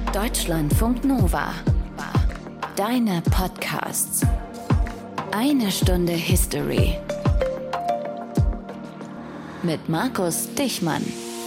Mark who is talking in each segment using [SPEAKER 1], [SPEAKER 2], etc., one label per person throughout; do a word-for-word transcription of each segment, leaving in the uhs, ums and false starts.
[SPEAKER 1] Deutschlandfunk Nova. Deine Podcasts. Eine Stunde History. Mit Markus Dichmann.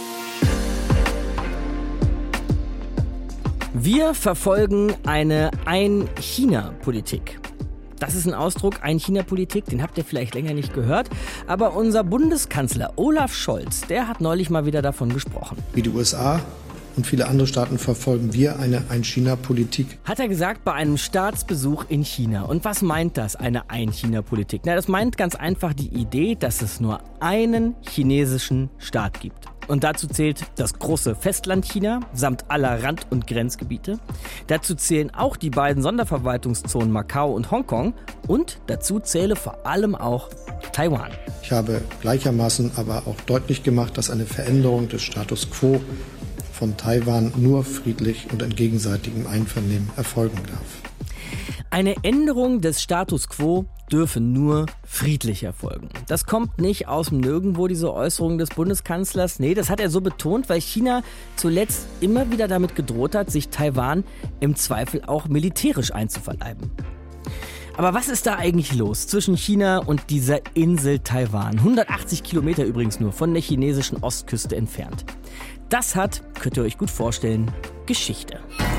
[SPEAKER 2] Wir verfolgen eine Ein-China-Politik. Das ist ein Ausdruck, Ein-China-Politik, den habt ihr vielleicht länger nicht gehört. Aber unser Bundeskanzler Olaf Scholz, der hat neulich mal wieder davon gesprochen.
[SPEAKER 3] Wie die U S A und viele andere Staaten verfolgen wir eine Ein-China-Politik.
[SPEAKER 2] Hat er gesagt bei einem Staatsbesuch in China. Und was meint das, eine Ein-China-Politik? Na, das meint ganz einfach die Idee, dass es nur einen chinesischen Staat gibt. Und dazu zählt das große Festland China samt aller Rand- und Grenzgebiete. Dazu zählen auch die beiden Sonderverwaltungszonen Macau und Hongkong. Und dazu zähle vor allem auch Taiwan.
[SPEAKER 3] Ich habe gleichermaßen aber auch deutlich gemacht, dass eine Veränderung des Status quo von Taiwan nur friedlich und in gegenseitigem Einvernehmen erfolgen darf.
[SPEAKER 2] Eine Änderung des Status quo dürfe nur friedlich erfolgen. Das kommt nicht aus dem Nirgendwo, diese Äußerung des Bundeskanzlers. Nee, das hat er so betont, weil China zuletzt immer wieder damit gedroht hat, sich Taiwan im Zweifel auch militärisch einzuverleiben. Aber was ist da eigentlich los zwischen China und dieser Insel Taiwan? hundertachtzig Kilometer übrigens nur von der chinesischen Ostküste entfernt. Das hat, könnt ihr euch gut vorstellen, Geschichte.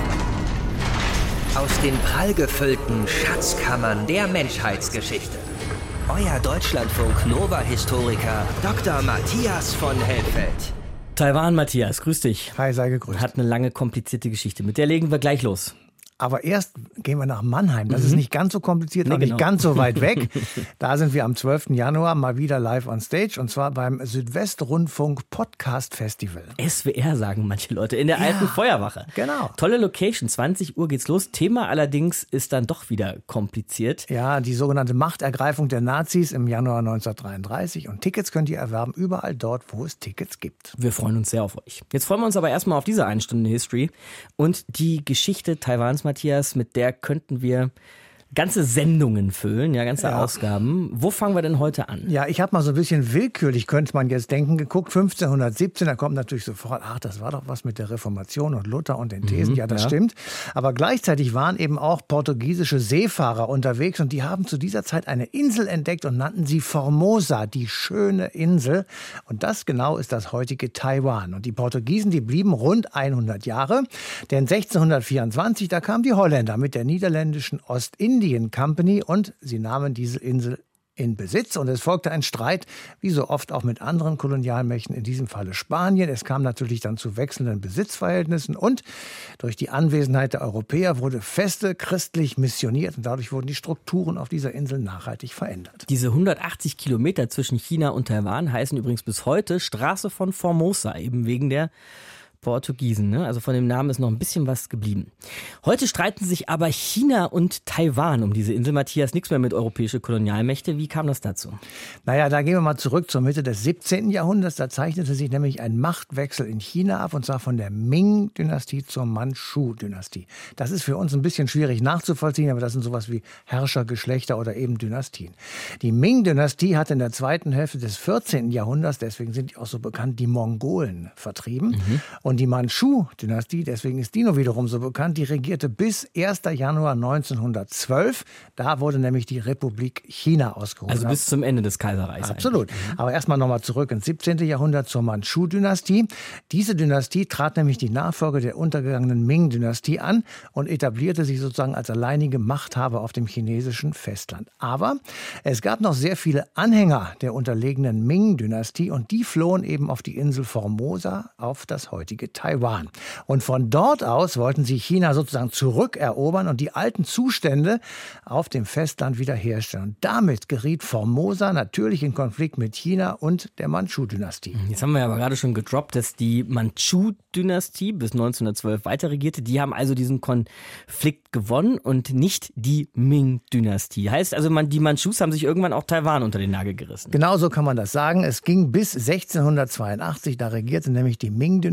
[SPEAKER 4] Aus den prallgefüllten Schatzkammern der Menschheitsgeschichte. Euer Deutschlandfunk-Nova-Historiker Doktor Matthias von Helfeld.
[SPEAKER 2] Taiwan, Matthias, grüß dich.
[SPEAKER 5] Hi, sei gegrüßt.
[SPEAKER 2] Hat eine lange, komplizierte Geschichte. Mit der legen wir gleich los.
[SPEAKER 5] Aber erst gehen wir nach Mannheim. Das
[SPEAKER 2] Mhm.
[SPEAKER 5] ist nicht ganz so kompliziert,
[SPEAKER 2] Nee,
[SPEAKER 5] auch
[SPEAKER 2] genau.
[SPEAKER 5] nicht ganz so weit weg. Da sind wir am zwölften Januar mal wieder live on stage und zwar beim Südwestrundfunk Podcast Festival.
[SPEAKER 2] S W R sagen manche Leute, in der
[SPEAKER 5] Ja,
[SPEAKER 2] alten Feuerwache.
[SPEAKER 5] genau.
[SPEAKER 2] Tolle Location, zwanzig Uhr geht's los. Thema allerdings ist dann doch wieder kompliziert.
[SPEAKER 5] Ja, die sogenannte Machtergreifung der Nazis im Januar neunzehnhundertdreiunddreißig. Und Tickets könnt ihr erwerben überall dort, wo es Tickets gibt.
[SPEAKER 2] Wir freuen uns sehr auf euch. Jetzt freuen wir uns aber erstmal auf diese eine Stunde History und die Geschichte Taiwans, Matthias, mit der könnten wir ganze Sendungen füllen, ja, ganze
[SPEAKER 5] Ja.
[SPEAKER 2] Ausgaben. Wo fangen wir denn heute an?
[SPEAKER 5] Ja, ich habe mal so ein bisschen willkürlich, könnte man jetzt denken, geguckt. fünfzehnhundertsiebzehn, da kommt natürlich sofort, ach, das war doch was mit der Reformation und Luther und den Thesen.
[SPEAKER 2] Mhm,
[SPEAKER 5] ja, das
[SPEAKER 2] ja.
[SPEAKER 5] stimmt. Aber gleichzeitig waren eben auch portugiesische Seefahrer unterwegs und die haben zu dieser Zeit eine Insel entdeckt und nannten sie Formosa, die schöne Insel. Und das genau ist das heutige Taiwan. Und die Portugiesen, die blieben rund hundert Jahre. Denn sechzehnhundertvierundzwanzig, da kamen die Holländer mit der niederländischen Ostindien Company und sie nahmen diese Insel in Besitz und es folgte ein Streit, wie so oft auch mit anderen Kolonialmächten, in diesem Falle Spanien. Es kam natürlich dann zu wechselnden Besitzverhältnissen und durch die Anwesenheit der Europäer wurde feste christlich missioniert und dadurch wurden die Strukturen auf dieser Insel nachhaltig verändert.
[SPEAKER 2] Diese hundertachtzig Kilometer zwischen China und Taiwan heißen übrigens bis heute Straße von Formosa, eben wegen der Portugiesen, ne? Also von dem Namen ist noch ein bisschen was geblieben. Heute streiten sich aber China und Taiwan um diese Insel. Matthias, nichts mehr mit europäische Kolonialmächte. Wie kam das dazu?
[SPEAKER 5] Naja, da gehen wir mal zurück zur Mitte des siebzehnten Jahrhunderts. Da zeichnete sich nämlich ein Machtwechsel in China ab, und zwar von der Ming-Dynastie zur Mandschu-Dynastie. Das ist für uns ein bisschen schwierig nachzuvollziehen, aber das sind sowas wie Herrschergeschlechter oder eben Dynastien. Die Ming-Dynastie hat in der zweiten Hälfte des vierzehnten Jahrhunderts, deswegen sind die auch so bekannt, die Mongolen vertrieben. Mhm. Und die Mandschu-Dynastie, deswegen ist die nur wiederum so bekannt, die regierte bis ersten Januar neunzehnhundertzwölf. Da wurde nämlich die Republik China ausgerufen.
[SPEAKER 2] Also bis zum Ende des Kaiserreichs.
[SPEAKER 5] Absolut.
[SPEAKER 2] Eigentlich.
[SPEAKER 5] Aber erstmal nochmal zurück ins siebzehnten Jahrhundert zur Mandschu-Dynastie. Diese Dynastie trat nämlich die Nachfolge der untergegangenen Ming-Dynastie an und etablierte sich sozusagen als alleinige Machthaber auf dem chinesischen Festland. Aber es gab noch sehr viele Anhänger der unterlegenen Ming-Dynastie und die flohen eben auf die Insel Formosa, auf das heutige Taiwan. Und von dort aus wollten sie China sozusagen zurückerobern und die alten Zustände auf dem Festland wiederherstellen. Und damit geriet Formosa natürlich in Konflikt mit China und der Mandschu-Dynastie.
[SPEAKER 2] Jetzt haben wir ja aber gerade schon gedroppt, dass die Mandschu-Dynastie bis neunzehnhundertzwölf weiter regierte. Die haben also diesen Konflikt gewonnen und nicht die Ming-Dynastie. Heißt also, man, die Mandschus haben sich irgendwann auch Taiwan unter den Nagel gerissen.
[SPEAKER 5] Genau so kann man das sagen. Es ging bis sechzehnhundertzweiundachtzig, da regierte nämlich die Ming-Dynastie,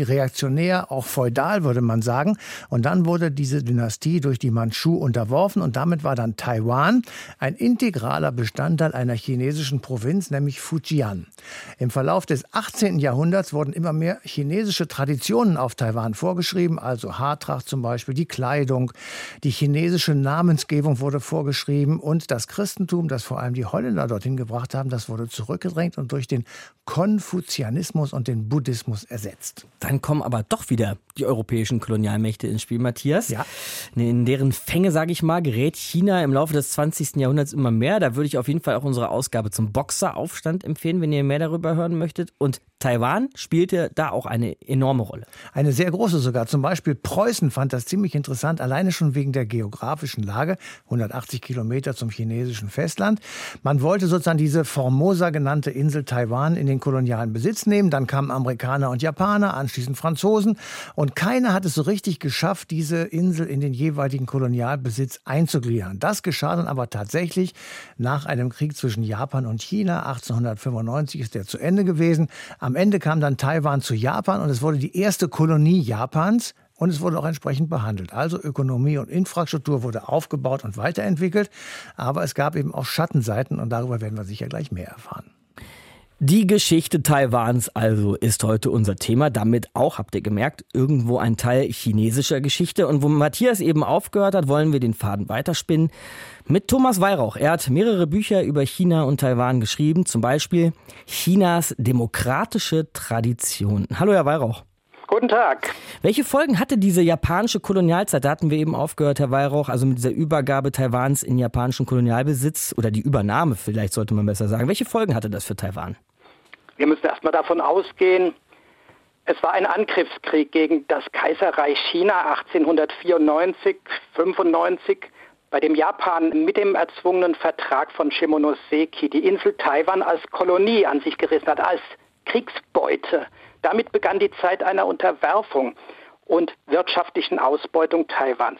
[SPEAKER 5] reaktionär, auch feudal, würde man sagen. Und dann wurde diese Dynastie durch die Mandschu unterworfen und damit war dann Taiwan ein integraler Bestandteil einer chinesischen Provinz, nämlich Fujian. Im Verlauf des achtzehnten Jahrhunderts wurden immer mehr chinesische Traditionen auf Taiwan vorgeschrieben, also Haartracht zum Beispiel, die Kleidung, die chinesische Namensgebung wurde vorgeschrieben und das Christentum, das vor allem die Holländer dorthin gebracht haben, das wurde zurückgedrängt und durch den Konfuzianismus und den Buddhismus ersetzt.
[SPEAKER 2] Dann kommen aber doch wieder die europäischen Kolonialmächte ins Spiel, Matthias.
[SPEAKER 5] Ja.
[SPEAKER 2] In deren Fänge, sage ich mal, gerät China im Laufe des zwanzigsten Jahrhunderts immer mehr. Da würde ich auf jeden Fall auch unsere Ausgabe zum Boxeraufstand empfehlen, wenn ihr mehr darüber hören möchtet. Und Taiwan spielte da auch eine enorme Rolle.
[SPEAKER 5] Eine sehr große sogar. Zum Beispiel Preußen fand das ziemlich interessant, alleine schon wegen der geografischen Lage. hundertachtzig Kilometer zum chinesischen Festland. Man wollte sozusagen diese Formosa genannte Insel Taiwan in den kolonialen Besitz nehmen. Dann kamen Amerikaner und Japaner, anschließend Franzosen. Und keiner hat es so richtig geschafft, diese Insel in den jeweiligen Kolonialbesitz einzugliedern. Das geschah dann aber tatsächlich nach einem Krieg zwischen Japan und China. achtzehnhundertfünfundneunzig ist der zu Ende gewesen. Am Ende kam dann Taiwan zu Japan und es wurde die erste Kolonie Japans. Und es wurde auch entsprechend behandelt. Also Ökonomie und Infrastruktur wurde aufgebaut und weiterentwickelt. Aber es gab eben auch Schattenseiten und darüber werden wir sicher gleich mehr erfahren.
[SPEAKER 2] Die Geschichte Taiwans also ist heute unser Thema. Damit auch, habt ihr gemerkt, irgendwo ein Teil chinesischer Geschichte. Und wo Matthias eben aufgehört hat, wollen wir den Faden weiterspinnen mit Thomas Weihrauch. Er hat mehrere Bücher über China und Taiwan geschrieben. Zum Beispiel Chinas demokratische Tradition. Hallo, Herr Weihrauch.
[SPEAKER 6] Guten Tag.
[SPEAKER 2] Welche Folgen hatte diese japanische Kolonialzeit? Da hatten wir eben aufgehört, Herr Weihrauch, also mit dieser Übergabe Taiwans in japanischen Kolonialbesitz oder die Übernahme, vielleicht sollte man besser sagen. Welche Folgen hatte das für Taiwan?
[SPEAKER 6] Wir müssen erstmal davon ausgehen, es war ein Angriffskrieg gegen das Kaiserreich China achtzehnhundertvierundneunzig, fünfundneunzig, bei dem Japan mit dem erzwungenen Vertrag von Shimonoseki die Insel Taiwan als Kolonie an sich gerissen hat, als Kriegsbeute. Damit begann die Zeit einer Unterwerfung und wirtschaftlichen Ausbeutung Taiwans.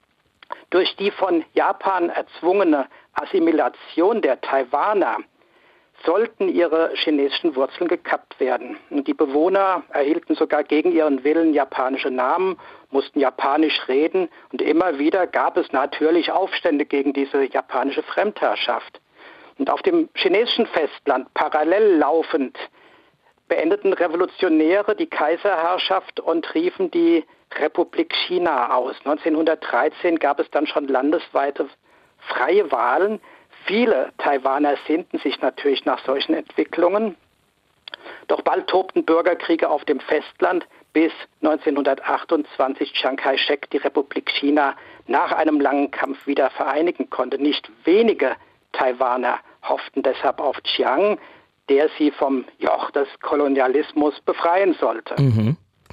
[SPEAKER 6] Durch die von Japan erzwungene Assimilation der Taiwaner sollten ihre chinesischen Wurzeln gekappt werden. Und die Bewohner erhielten sogar gegen ihren Willen japanische Namen, mussten japanisch reden und immer wieder gab es natürlich Aufstände gegen diese japanische Fremdherrschaft. Und auf dem chinesischen Festland parallel laufend beendeten Revolutionäre die Kaiserherrschaft und riefen die Republik China aus. neunzehnhundertdreizehn gab es dann schon landesweite freie Wahlen. Viele Taiwaner sehnten sich natürlich nach solchen Entwicklungen. Doch bald tobten Bürgerkriege auf dem Festland, bis neunzehnhundertachtundzwanzig Chiang Kai-shek die Republik China nach einem langen Kampf wieder vereinigen konnte. Nicht wenige Taiwaner hofften deshalb auf Chiang, der sie vom Joch des Kolonialismus befreien sollte.
[SPEAKER 2] Mhm.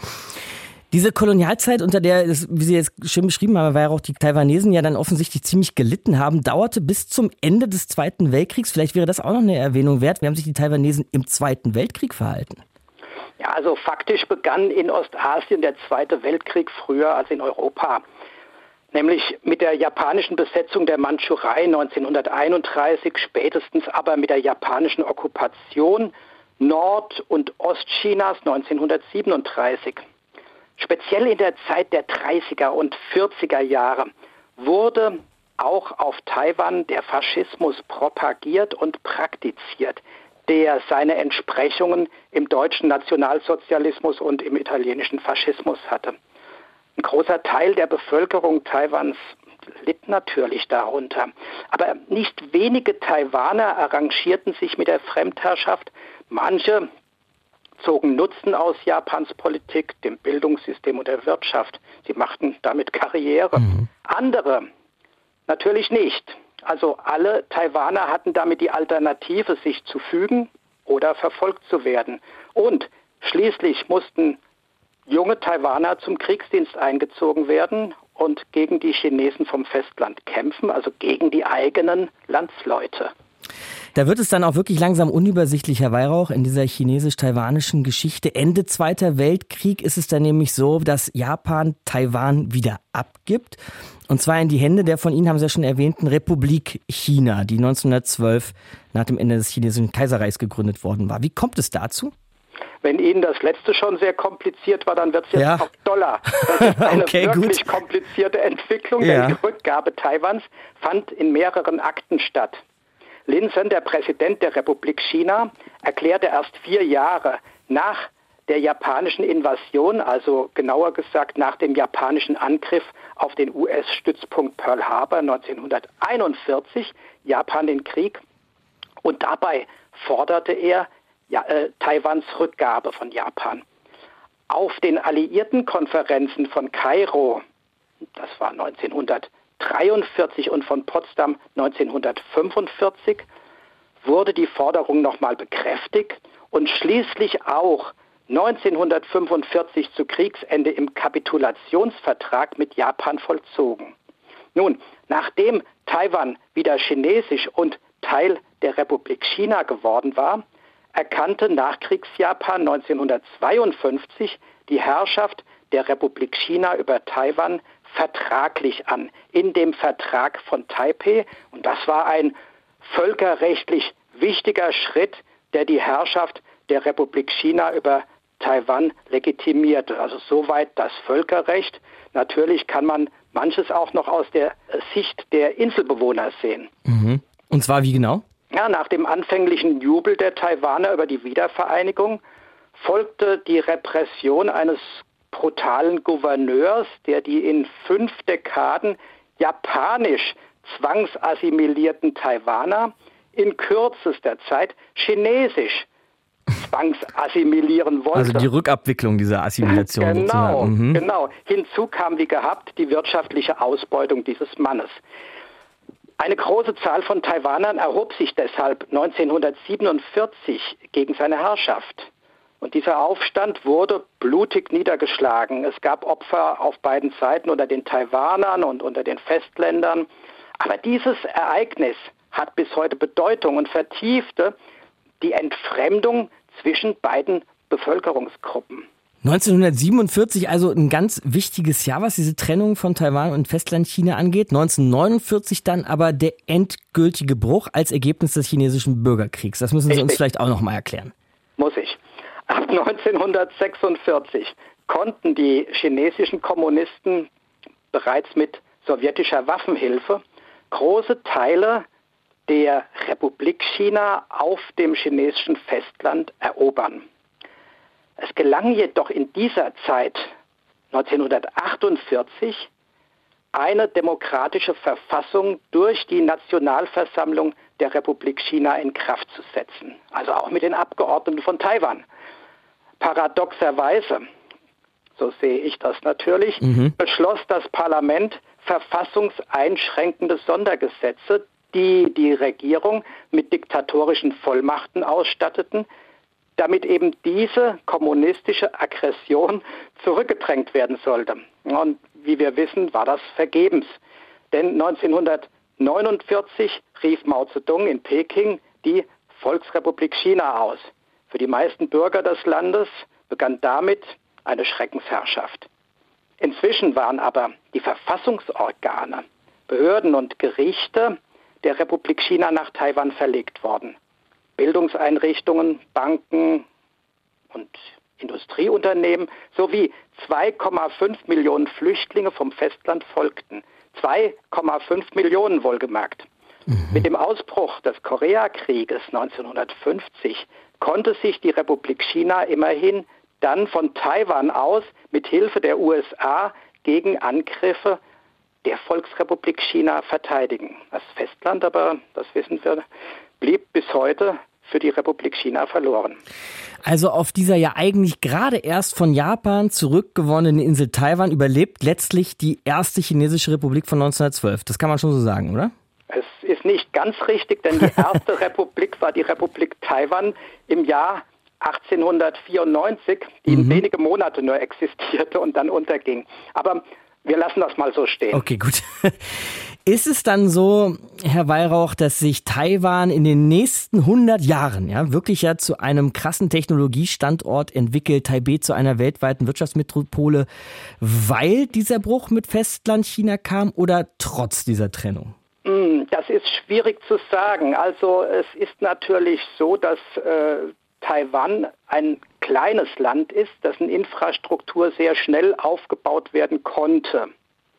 [SPEAKER 2] Diese Kolonialzeit, unter der, wie Sie jetzt schön beschrieben haben, weil auch die Taiwanesen ja dann offensichtlich ziemlich gelitten haben, dauerte bis zum Ende des Zweiten Weltkriegs. Vielleicht wäre das auch noch eine Erwähnung wert. Wie haben sich die Taiwanesen im Zweiten Weltkrieg verhalten?
[SPEAKER 6] Ja, also faktisch begann in Ostasien der Zweite Weltkrieg früher als in Europa. Nämlich mit der japanischen Besetzung der Mandschurei neunzehnhunderteinunddreißig, spätestens aber mit der japanischen Okkupation Nord- und Ostchinas neunzehnhundertsiebenunddreißig. Speziell in der Zeit der dreißiger und vierziger Jahre wurde auch auf Taiwan der Faschismus propagiert und praktiziert, der seine Entsprechungen im deutschen Nationalsozialismus und im italienischen Faschismus hatte. Ein großer Teil der Bevölkerung Taiwans litt natürlich darunter. Aber nicht wenige Taiwaner arrangierten sich mit der Fremdherrschaft. Manche zogen Nutzen aus Japans Politik, dem Bildungssystem und der Wirtschaft. Sie machten damit Karriere. Mhm. Andere natürlich nicht. Also alle Taiwaner hatten damit die Alternative, sich zu fügen oder verfolgt zu werden. Und schließlich mussten junge Taiwaner zum Kriegsdienst eingezogen werden und gegen die Chinesen vom Festland kämpfen, also gegen die eigenen Landsleute.
[SPEAKER 2] Da wird es dann auch wirklich langsam unübersichtlich, Herr Weihrauch, in dieser chinesisch-taiwanischen Geschichte. Ende Zweiter Weltkrieg ist es dann nämlich so, dass Japan Taiwan wieder abgibt. Und zwar in die Hände der von Ihnen, haben Sie ja schon erwähnten, Republik China, die neunzehnhundertzwölf nach dem Ende des chinesischen Kaiserreichs gegründet worden war. Wie kommt es dazu?
[SPEAKER 6] Wenn Ihnen das letzte schon sehr kompliziert war, dann wird es jetzt
[SPEAKER 2] ja.
[SPEAKER 6] auch doller. Das ist eine
[SPEAKER 2] okay,
[SPEAKER 6] wirklich
[SPEAKER 2] gut.
[SPEAKER 6] komplizierte Entwicklung,
[SPEAKER 2] ja.
[SPEAKER 6] denn die Rückgabe Taiwans fand in mehreren Akten statt. Lin Sen, der Präsident der Republik China, erklärte erst vier Jahre nach der japanischen Invasion, also genauer gesagt nach dem japanischen Angriff auf den U S-Stützpunkt Pearl Harbor neunzehnhunderteinundvierzig, Japan den Krieg. Und dabei forderte er ja, äh, Taiwans Rückgabe von Japan. Auf den Alliiertenkonferenzen von Kairo, das war neunzehnhundertdreiundvierzig, und von Potsdam neunzehnhundertfünfundvierzig, wurde die Forderung nochmal bekräftigt und schließlich auch neunzehnhundertfünfundvierzig zu Kriegsende im Kapitulationsvertrag mit Japan vollzogen. Nun, nachdem Taiwan wieder chinesisch und Teil der Republik China geworden war, erkannte Nachkriegsjapan neunzehnhundertzweiundfünfzig die Herrschaft der Republik China über Taiwan vertraglich an, in dem Vertrag von Taipeh. Und das war ein völkerrechtlich wichtiger Schritt, der die Herrschaft der Republik China über Taiwan legitimierte. Also soweit das Völkerrecht. Natürlich kann man manches auch noch aus der Sicht der Inselbewohner sehen.
[SPEAKER 2] Mhm. Und zwar wie genau?
[SPEAKER 6] Ja, nach dem anfänglichen Jubel der Taiwaner über die Wiedervereinigung folgte die Repression eines brutalen Gouverneurs, der die in fünf Dekaden japanisch zwangsassimilierten Taiwaner in kürzester Zeit chinesisch zwangsassimilieren wollte.
[SPEAKER 2] Also die Rückabwicklung dieser Assimilation.
[SPEAKER 6] Genau,
[SPEAKER 2] mhm.
[SPEAKER 6] genau. Hinzu kam wie gehabt die wirtschaftliche Ausbeutung dieses Mannes. Eine große Zahl von Taiwanern erhob sich deshalb neunzehnhundertsiebenundvierzig gegen seine Herrschaft. Und dieser Aufstand wurde blutig niedergeschlagen. Es gab Opfer auf beiden Seiten, unter den Taiwanern und unter den Festländern. Aber dieses Ereignis hat bis heute Bedeutung und vertiefte die Entfremdung zwischen beiden Bevölkerungsgruppen.
[SPEAKER 2] neunzehnhundertsiebenundvierzig, also ein ganz wichtiges Jahr, was diese Trennung von Taiwan und Festlandchina angeht. neunzehnhundertneunundvierzig dann aber der endgültige Bruch als Ergebnis des chinesischen Bürgerkriegs. Das müssen Sie
[SPEAKER 6] Richtig.
[SPEAKER 2] uns vielleicht auch noch mal erklären.
[SPEAKER 6] Muss ich. Ab neunzehnhundertsechsundvierzig konnten die chinesischen Kommunisten bereits mit sowjetischer Waffenhilfe große Teile der Republik China auf dem chinesischen Festland erobern. Es gelang jedoch in dieser Zeit, neunzehnhundertachtundvierzig, eine demokratische Verfassung durch die Nationalversammlung der Republik China in Kraft zu setzen. Also auch mit den Abgeordneten von Taiwan. Paradoxerweise, so sehe ich das natürlich, mhm. beschloss das Parlament verfassungseinschränkende Sondergesetze, die die Regierung mit diktatorischen Vollmachten ausstatteten, damit eben diese kommunistische Aggression zurückgedrängt werden sollte. Und wie wir wissen, war das vergebens. Denn neunzehnhundertneunundvierzig rief Mao Zedong in Peking die Volksrepublik China aus. Für die meisten Bürger des Landes begann damit eine Schreckensherrschaft. Inzwischen waren aber die Verfassungsorgane, Behörden und Gerichte der Republik China nach Taiwan verlegt worden. Bildungseinrichtungen, Banken und Industrieunternehmen sowie zwei Komma fünf Millionen Flüchtlinge vom Festland folgten. zwei Komma fünf Millionen wohlgemerkt. Mhm. Mit dem Ausbruch des Koreakrieges neunzehnhundertfünfzig konnte sich die Republik China immerhin dann von Taiwan aus mit Hilfe der U S A gegen Angriffe der Volksrepublik China verteidigen. Das Festland aber, das wissen wir, blieb bis heute für die Republik China verloren.
[SPEAKER 2] Also auf dieser ja eigentlich gerade erst von Japan zurückgewonnenen Insel Taiwan überlebt letztlich die erste chinesische Republik von neunzehnhundertzwölf. Das kann man schon so sagen, oder?
[SPEAKER 6] Es ist nicht ganz richtig, denn die erste Republik war die Republik Taiwan im Jahr achtzehnhundertvierundneunzig, die mhm. wenige Monate nur existierte und dann unterging. Aber wir lassen das mal so stehen.
[SPEAKER 2] Okay, gut. Ist es dann so, Herr Weihrauch, dass sich Taiwan in den nächsten hundert Jahren ja wirklich ja zu einem krassen Technologiestandort entwickelt, Taipeh zu einer weltweiten Wirtschaftsmetropole, weil dieser Bruch mit Festlandchina kam oder trotz dieser Trennung?
[SPEAKER 6] Das ist schwierig zu sagen. Also es ist natürlich so, dass äh, Taiwan ein kleines Land ist, dessen Infrastruktur sehr schnell aufgebaut werden konnte.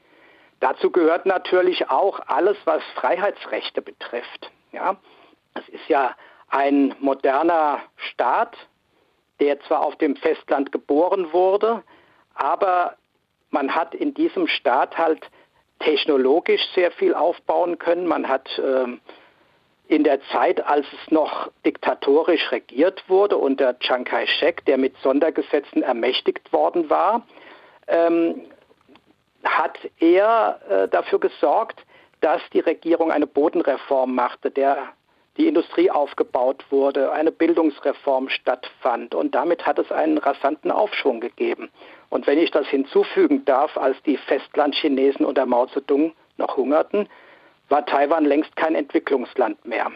[SPEAKER 6] Dazu gehört natürlich auch alles, was Freiheitsrechte betrifft. Ja, es ist ja ein moderner Staat, der zwar auf dem Festland geboren wurde, aber man hat in diesem Staat halt technologisch sehr viel aufbauen können. Man hat äh, in der Zeit, als es noch diktatorisch regiert wurde unter Chiang Kai-shek, der mit Sondergesetzen ermächtigt worden war, ähm, hat er äh, dafür gesorgt, dass die Regierung eine Bodenreform machte, der die Industrie aufgebaut wurde, eine Bildungsreform stattfand. Und damit hat es einen rasanten Aufschwung gegeben. Und wenn ich das hinzufügen darf, als die Festlandchinesen unter Mao Zedong noch hungerten, war Taiwan längst kein Entwicklungsland mehr.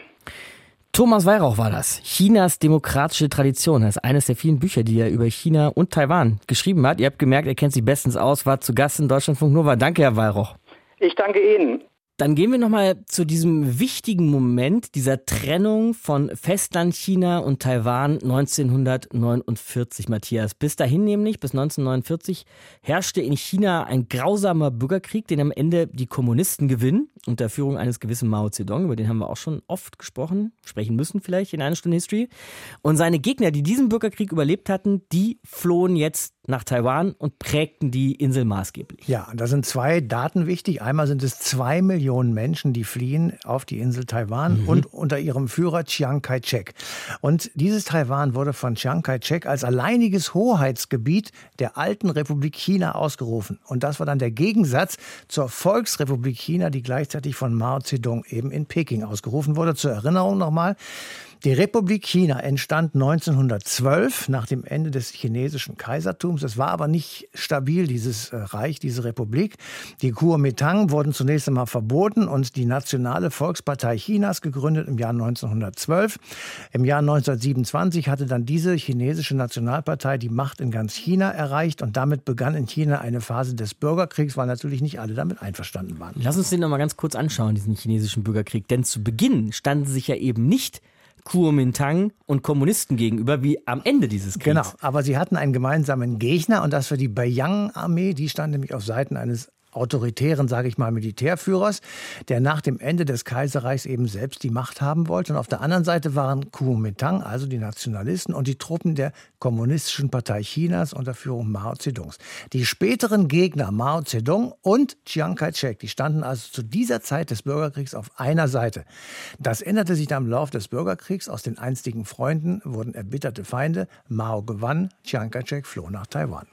[SPEAKER 2] Thomas Weihrauch war das. Chinas demokratische Tradition. Das ist eines der vielen Bücher, die er über China und Taiwan geschrieben hat. Ihr habt gemerkt, er kennt sich bestens aus, war zu Gast in Deutschlandfunk Nova. Danke, Herr Weihrauch.
[SPEAKER 6] Ich danke Ihnen.
[SPEAKER 2] Dann gehen wir nochmal zu diesem wichtigen Moment dieser Trennung von Festlandchina und Taiwan neunzehnhundertneunundvierzig, Matthias. Bis dahin nämlich, bis neunzehnhundertneunundvierzig, herrschte in China ein grausamer Bürgerkrieg, den am Ende die Kommunisten gewinnen, unter Führung eines gewissen Mao Zedong, über den haben wir auch schon oft gesprochen, sprechen müssen vielleicht in einer Stunde History. Und seine Gegner, die diesen Bürgerkrieg überlebt hatten, die flohen jetzt nach Taiwan und prägten die Insel maßgeblich.
[SPEAKER 5] Ja, da sind zwei Daten wichtig. Einmal sind es zwei Millionen Menschen, die fliehen auf die Insel Taiwan mhm. und unter ihrem Führer Chiang Kai-shek. Und dieses Taiwan wurde von Chiang Kai-shek als alleiniges Hoheitsgebiet der alten Republik China ausgerufen. Und das war dann der Gegensatz zur Volksrepublik China, die gleichzeitig von Mao Zedong eben in Peking ausgerufen wurde. Zur Erinnerung nochmal. Die Republik China entstand neunzehnhundertzwölf nach dem Ende des chinesischen Kaisertums. Es war aber nicht stabil, dieses Reich, diese Republik. Die Kuomintang wurden zunächst einmal verboten und die Nationale Volkspartei Chinas gegründet im Jahr neunzehnhundertzwölf. Im Jahr neunzehnhundertsiebenundzwanzig hatte dann diese chinesische Nationalpartei die Macht in ganz China erreicht und damit begann in China eine Phase des Bürgerkriegs, weil natürlich nicht alle damit einverstanden waren.
[SPEAKER 2] Lass uns den noch mal ganz kurz anschauen, diesen chinesischen Bürgerkrieg. Denn zu Beginn standen sich ja eben nicht Kuomintang und Kommunisten gegenüber, wie am Ende dieses Kriegs.
[SPEAKER 5] Genau, aber sie hatten einen gemeinsamen Gegner und das war die Beiyang-Armee. Die stand nämlich auf Seiten eines autoritären, sage ich mal, Militärführers, der nach dem Ende des Kaiserreichs eben selbst die Macht haben wollte. Und auf der anderen Seite waren Kuomintang, also die Nationalisten, und die Truppen der Kommunistischen Partei Chinas unter Führung Mao Zedongs. Die späteren Gegner Mao Zedong und Chiang Kai-shek, die standen also zu dieser Zeit des Bürgerkriegs auf einer Seite. Das änderte sich dann im Laufe des Bürgerkriegs. Aus den einstigen Freunden wurden erbitterte Feinde. Mao gewann, Chiang Kai-shek floh nach Taiwan.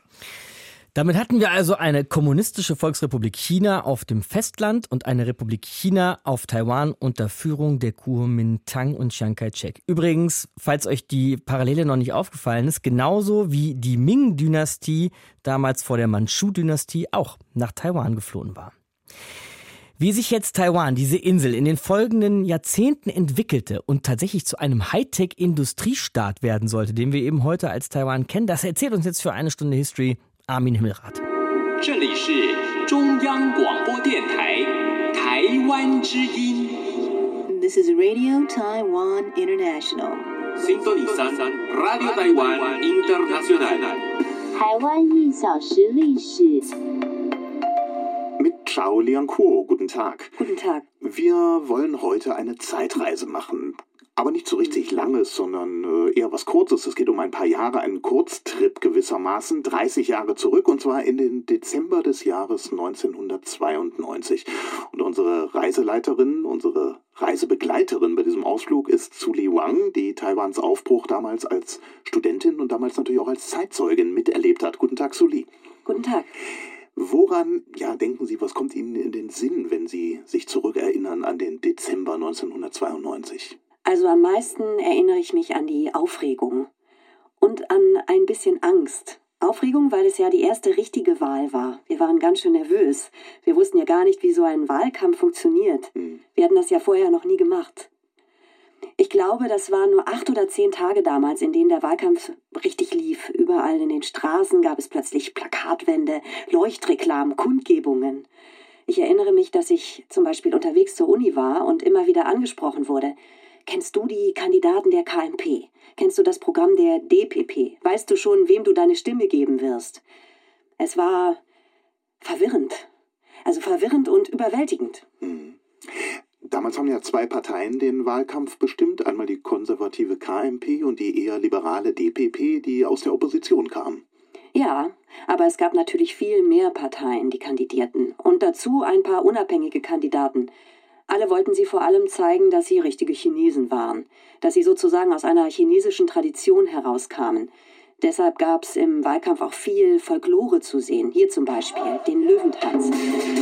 [SPEAKER 2] Damit hatten wir also eine kommunistische Volksrepublik China auf dem Festland und eine Republik China auf Taiwan unter Führung der Kuomintang und Chiang Kai-shek. Übrigens, falls euch die Parallele noch nicht aufgefallen ist, genauso wie die Ming-Dynastie damals vor der Mandschu-Dynastie auch nach Taiwan geflohen war. Wie sich jetzt Taiwan, diese Insel, in den folgenden Jahrzehnten entwickelte und tatsächlich zu einem Hightech-Industriestaat werden sollte, den wir eben heute als Taiwan kennen, das erzählt uns jetzt für eine Stunde History Armin Himmelrath.
[SPEAKER 7] This is Radio Taiwan International.
[SPEAKER 8] Sintonizan Radio Taiwan International.
[SPEAKER 7] Taiwan 一小时历史
[SPEAKER 9] Mit Zhao Liangkuo. Guten Tag.
[SPEAKER 7] Guten Tag.
[SPEAKER 9] Wir wollen heute eine Zeitreise machen. Aber nicht so richtig langes, sondern äh, eher was Kurzes. Es geht um ein paar Jahre, einen Kurztrip gewissermaßen, dreißig Jahre zurück, und zwar in den Dezember des Jahres neunzehnhundertzweiundneunzig. Und unsere Reiseleiterin, unsere Reisebegleiterin bei diesem Ausflug ist Su Li Wang, die Taiwans Aufbruch damals als Studentin und damals natürlich auch als Zeitzeugin miterlebt hat. Guten Tag, Su Li.
[SPEAKER 7] Guten Tag.
[SPEAKER 9] Woran, ja, denken Sie, was kommt Ihnen in den Sinn, wenn Sie sich zurückerinnern an den Dezember neunzehnhundertzweiundneunzig?
[SPEAKER 7] Also am meisten erinnere ich mich an die Aufregung und an ein bisschen Angst. Aufregung, weil es ja die erste richtige Wahl war. Wir waren ganz schön nervös. Wir wussten ja gar nicht, wie so ein Wahlkampf funktioniert.
[SPEAKER 9] Hm.
[SPEAKER 7] Wir hatten das ja vorher noch nie gemacht. Ich glaube, das waren nur acht oder zehn Tage damals, in denen der Wahlkampf richtig lief. Überall in den Straßen gab es plötzlich Plakatwände, Leuchtreklamen, Kundgebungen. Ich erinnere mich, dass ich zum Beispiel unterwegs zur Uni war und immer wieder angesprochen wurde. Kennst du die Kandidaten der K M P? Kennst du das Programm der D P P? Weißt du schon, wem du deine Stimme geben wirst? Es war verwirrend. Also verwirrend und überwältigend.
[SPEAKER 9] Hm. Damals haben ja zwei Parteien den Wahlkampf bestimmt. Einmal die konservative K M P und die eher liberale D P P, die aus der Opposition kamen.
[SPEAKER 7] Ja, aber es gab natürlich viel mehr Parteien, die kandidierten. Und dazu ein paar unabhängige Kandidaten. Alle wollten sie vor allem zeigen, dass sie richtige Chinesen waren. Dass sie sozusagen aus einer chinesischen Tradition herauskamen. Deshalb gab es im Wahlkampf auch viel Folklore zu sehen. Hier zum Beispiel den Löwentanz.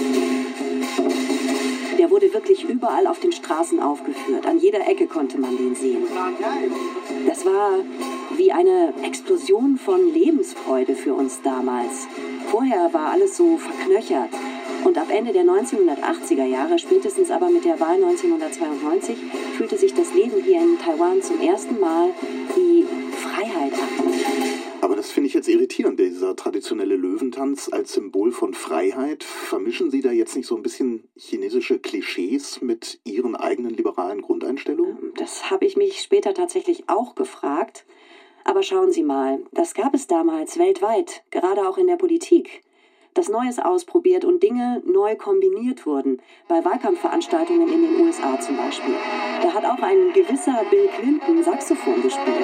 [SPEAKER 7] Der wurde wirklich überall auf den Straßen aufgeführt. An jeder Ecke konnte man den sehen. Das war wie eine Explosion von Lebensfreude für uns damals. Vorher war alles so verknöchert. Und ab Ende der neunzehnhundertachtziger Jahre, spätestens aber mit der Wahl neunzehnhundertzweiundneunzig, fühlte sich das Leben hier in Taiwan zum ersten Mal wie Freiheit an.
[SPEAKER 9] Aber das finde ich jetzt irritierend, dieser traditionelle Löwentanz als Symbol von Freiheit. Vermischen Sie da jetzt nicht so ein bisschen chinesische Klischees mit Ihren eigenen liberalen Grundeinstellungen?
[SPEAKER 7] Das habe ich mich später tatsächlich auch gefragt. Aber schauen Sie mal, das gab es damals weltweit, gerade auch in der Politik. Dass Neues ausprobiert und Dinge neu kombiniert wurden. Bei Wahlkampfveranstaltungen in den U S A zum Beispiel. Da hat auch ein gewisser Bill Clinton Saxophon gespielt.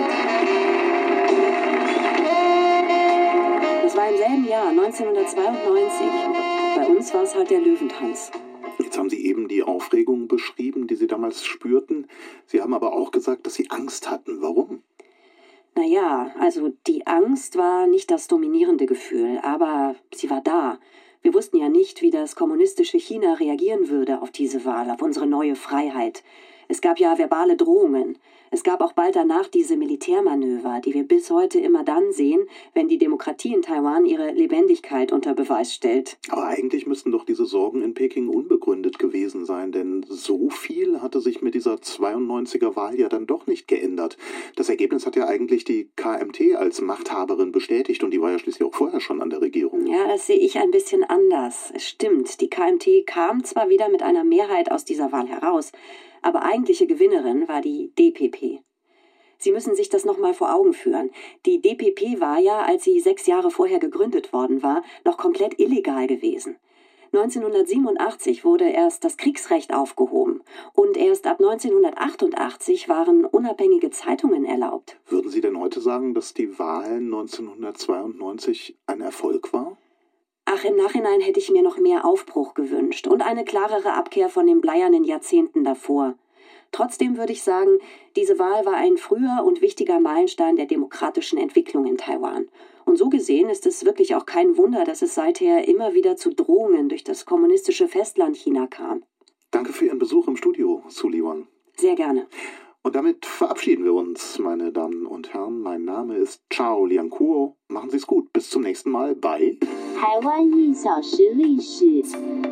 [SPEAKER 7] Das war im selben Jahr, neunzehnhundertzweiundneunzig. Bei uns war es halt der Löwentanz.
[SPEAKER 9] Jetzt haben Sie eben die Aufregung beschrieben, die Sie damals spürten. Sie haben aber auch gesagt, dass Sie Angst hatten. Warum?
[SPEAKER 7] Naja, also die Angst war nicht das dominierende Gefühl, aber sie war da. Wir wussten ja nicht, wie das kommunistische China reagieren würde auf diese Wahl, auf unsere neue Freiheit. Es gab ja verbale Drohungen. Es gab auch bald danach diese Militärmanöver, die wir bis heute immer dann sehen, wenn die Demokratie in Taiwan ihre Lebendigkeit unter Beweis stellt.
[SPEAKER 9] Aber eigentlich müssten doch diese Sorgen in Peking unbegründet gewesen sein, denn so viel hatte sich mit dieser zweiundneunziger Wahl ja dann doch nicht geändert. Das Ergebnis hat ja eigentlich die K M T als Machthaberin bestätigt und die war ja schließlich auch vorher schon an der Regierung.
[SPEAKER 7] Ja, das sehe ich ein bisschen anders. Es stimmt, die K M T kam zwar wieder mit einer Mehrheit aus dieser Wahl heraus, aber eigentliche Gewinnerin war die D P P. Sie müssen sich das nochmal vor Augen führen. Die D P P war ja, als sie sechs Jahre vorher gegründet worden war, noch komplett illegal gewesen. neunzehnhundertsiebenundachtzig wurde erst das Kriegsrecht aufgehoben und erst ab neunzehnhundertachtundachtzig waren unabhängige Zeitungen erlaubt.
[SPEAKER 9] Würden Sie denn heute sagen, dass die Wahl neunzehnhundertzweiundneunzig ein Erfolg war?
[SPEAKER 7] Ach, im Nachhinein hätte ich mir noch mehr Aufbruch gewünscht und eine klarere Abkehr von den bleiernen Jahrzehnten davor. Trotzdem würde ich sagen, diese Wahl war ein früher und wichtiger Meilenstein der demokratischen Entwicklung in Taiwan. Und so gesehen ist es wirklich auch kein Wunder, dass es seither immer wieder zu Drohungen durch das kommunistische Festland China kam.
[SPEAKER 9] Danke für Ihren Besuch im Studio, Su Li-Wan.
[SPEAKER 7] Sehr gerne.
[SPEAKER 9] Und damit verabschieden wir uns, meine Damen und Herren. Mein Name ist Chao Liangkuo. Machen Sie es gut. Bis zum nächsten Mal bei
[SPEAKER 10] Taiwan一小时历史.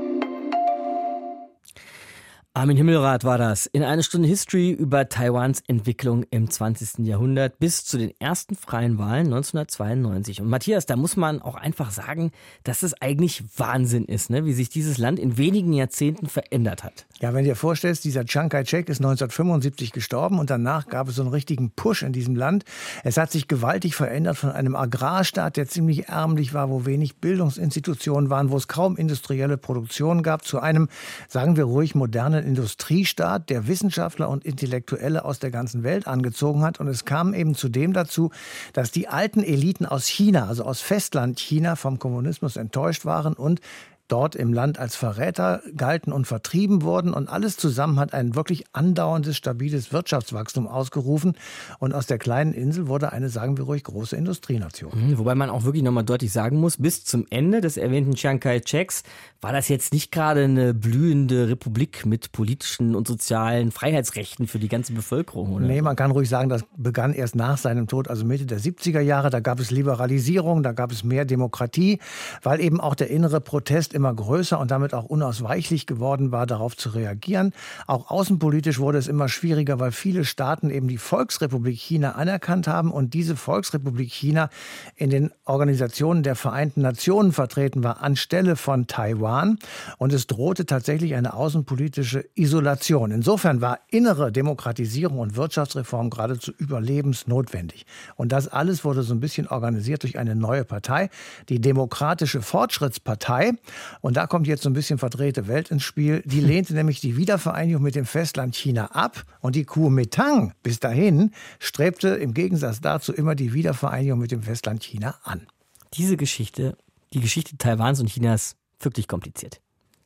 [SPEAKER 2] Armin Himmelrath war das. In einer Stunde History über Taiwans Entwicklung im zwanzigsten Jahrhundert bis zu den ersten freien Wahlen neunzehnhundertzweiundneunzig. Und Matthias, da muss man auch einfach sagen, dass es eigentlich Wahnsinn ist, ne? Wie sich dieses Land in wenigen Jahrzehnten verändert hat.
[SPEAKER 5] Ja, wenn du dir vorstellst, dieser Chiang Kai-shek ist neunzehnhundertfünfundsiebzig gestorben und danach gab es so einen richtigen Push in diesem Land. Es hat sich gewaltig verändert von einem Agrarstaat, der ziemlich ärmlich war, wo wenig Bildungsinstitutionen waren, wo es kaum industrielle Produktion gab, zu einem, sagen wir ruhig, modernen Industriestaat, der Wissenschaftler und Intellektuelle aus der ganzen Welt angezogen hat. Und es kam eben zudem dazu, dass die alten Eliten aus China, also aus Festland China, vom Kommunismus enttäuscht waren und dort im Land als Verräter galten und vertrieben wurden. Und alles zusammen hat ein wirklich andauerndes, stabiles Wirtschaftswachstum ausgerufen. Und aus der kleinen Insel wurde eine, sagen wir ruhig, große Industrienation.
[SPEAKER 2] Mhm, wobei man auch wirklich nochmal deutlich sagen muss, bis zum Ende des erwähnten Chiang Kai-sheks war das jetzt nicht gerade eine blühende Republik mit politischen und sozialen Freiheitsrechten für die ganze Bevölkerung, oder?
[SPEAKER 5] Nee, man kann ruhig sagen, das begann erst nach seinem Tod, also Mitte der siebziger Jahre. Da gab es Liberalisierung, da gab es mehr Demokratie, weil eben auch der innere Protest im immer größer und damit auch unausweichlich geworden war, darauf zu reagieren. Auch außenpolitisch wurde es immer schwieriger, weil viele Staaten eben die Volksrepublik China anerkannt haben und diese Volksrepublik China in den Organisationen der Vereinten Nationen vertreten war, anstelle von Taiwan. Und es drohte tatsächlich eine außenpolitische Isolation. Insofern war innere Demokratisierung und Wirtschaftsreform geradezu überlebensnotwendig. Und das alles wurde so ein bisschen organisiert durch eine neue Partei, die Demokratische Fortschrittspartei. Und da kommt jetzt so ein bisschen verdrehte Welt ins Spiel. Die lehnte nämlich die Wiedervereinigung mit dem Festland China ab. Und die Kuomintang bis dahin strebte im Gegensatz dazu immer die Wiedervereinigung mit dem Festland China an.
[SPEAKER 2] Diese Geschichte, die Geschichte Taiwans und Chinas, wirklich kompliziert.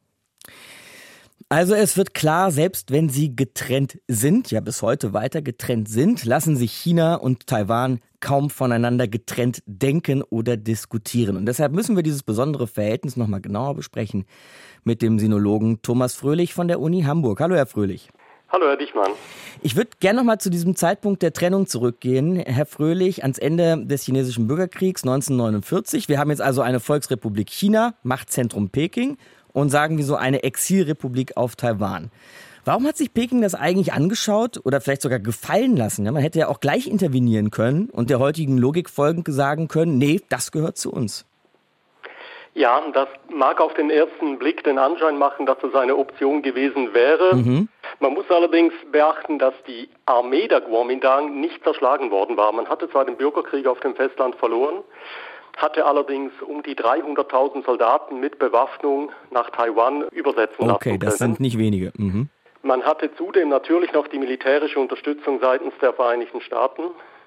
[SPEAKER 2] Also es wird klar, selbst wenn sie getrennt sind, ja bis heute weiter getrennt sind, lassen sich China und Taiwan kaum voneinander getrennt denken oder diskutieren. Und deshalb müssen wir dieses besondere Verhältnis nochmal genauer besprechen mit dem Sinologen Thomas Fröhlich von der Uni Hamburg. Hallo Herr Fröhlich.
[SPEAKER 11] Hallo Herr Dichmann.
[SPEAKER 2] Ich würde gerne nochmal zu diesem Zeitpunkt der Trennung zurückgehen, Herr Fröhlich, ans Ende des chinesischen Bürgerkriegs neunzehnhundertneunundvierzig. Wir haben jetzt also eine Volksrepublik China, Machtzentrum Peking, und sagen wir so eine Exilrepublik auf Taiwan. Warum hat sich Peking das eigentlich angeschaut oder vielleicht sogar gefallen lassen? Ja, man hätte ja auch gleich intervenieren können und der heutigen Logik folgend sagen können, nee, das gehört zu uns.
[SPEAKER 11] Ja, das mag auf den ersten Blick den Anschein machen, dass das eine Option gewesen wäre. Mhm. Man muss allerdings beachten, dass die Armee der Kuomintang nicht zerschlagen worden war. Man hatte zwar den Bürgerkrieg auf dem Festland verloren, hatte allerdings um die dreihunderttausend Soldaten mit Bewaffnung nach Taiwan übersetzen lassen.
[SPEAKER 2] Okay, das sind nicht wenige. Mhm.
[SPEAKER 11] Man hatte zudem natürlich noch die militärische Unterstützung seitens der Vereinigten Staaten.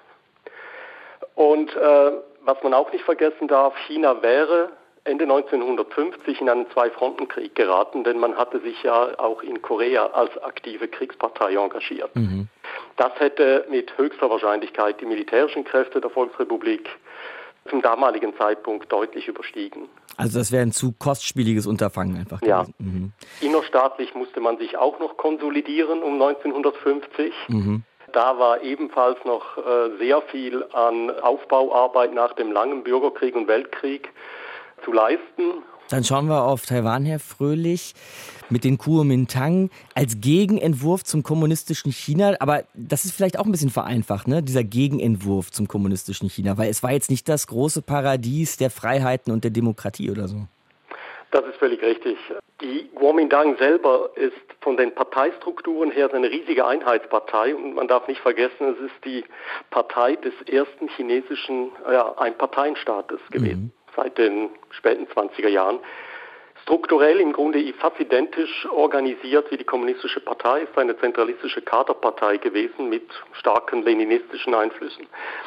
[SPEAKER 11] Und äh, was man auch nicht vergessen darf, China wäre Ende neunzehnhundertfünfzig in einen Zwei-Fronten-Krieg geraten, denn man hatte sich ja auch in Korea als aktive Kriegspartei engagiert. Mhm. Das hätte mit höchster Wahrscheinlichkeit die militärischen Kräfte der Volksrepublik zum damaligen Zeitpunkt deutlich überstiegen.
[SPEAKER 2] Also das wäre ein zu kostspieliges Unterfangen einfach gewesen.
[SPEAKER 11] Ja. Mhm. Innerstaatlich musste man sich auch noch konsolidieren um neunzehnhundertfünfzig. Mhm. Da war ebenfalls noch äh, sehr viel an Aufbauarbeit nach dem langen Bürgerkrieg und Weltkrieg zu leisten.
[SPEAKER 2] Dann schauen wir auf Taiwan, Herr Fröhlich, mit den Kuomintang als Gegenentwurf zum kommunistischen China. Aber das ist vielleicht auch ein bisschen vereinfacht, ne? Dieser Gegenentwurf zum kommunistischen China. Weil es war jetzt nicht das große Paradies der Freiheiten und der Demokratie oder so.
[SPEAKER 11] Das ist völlig richtig. Die Kuomintang selber ist von den Parteistrukturen her eine riesige Einheitspartei. Und man darf nicht vergessen, es ist die Partei des ersten chinesischen ja, Einparteienstaates gewesen. Mhm. Seit den späten zwanziger Jahren. Strukturell im Grunde fast identisch organisiert wie die Kommunistische Partei, ist eine zentralistische Kaderpartei gewesen mit starken leninistischen Einflüssen.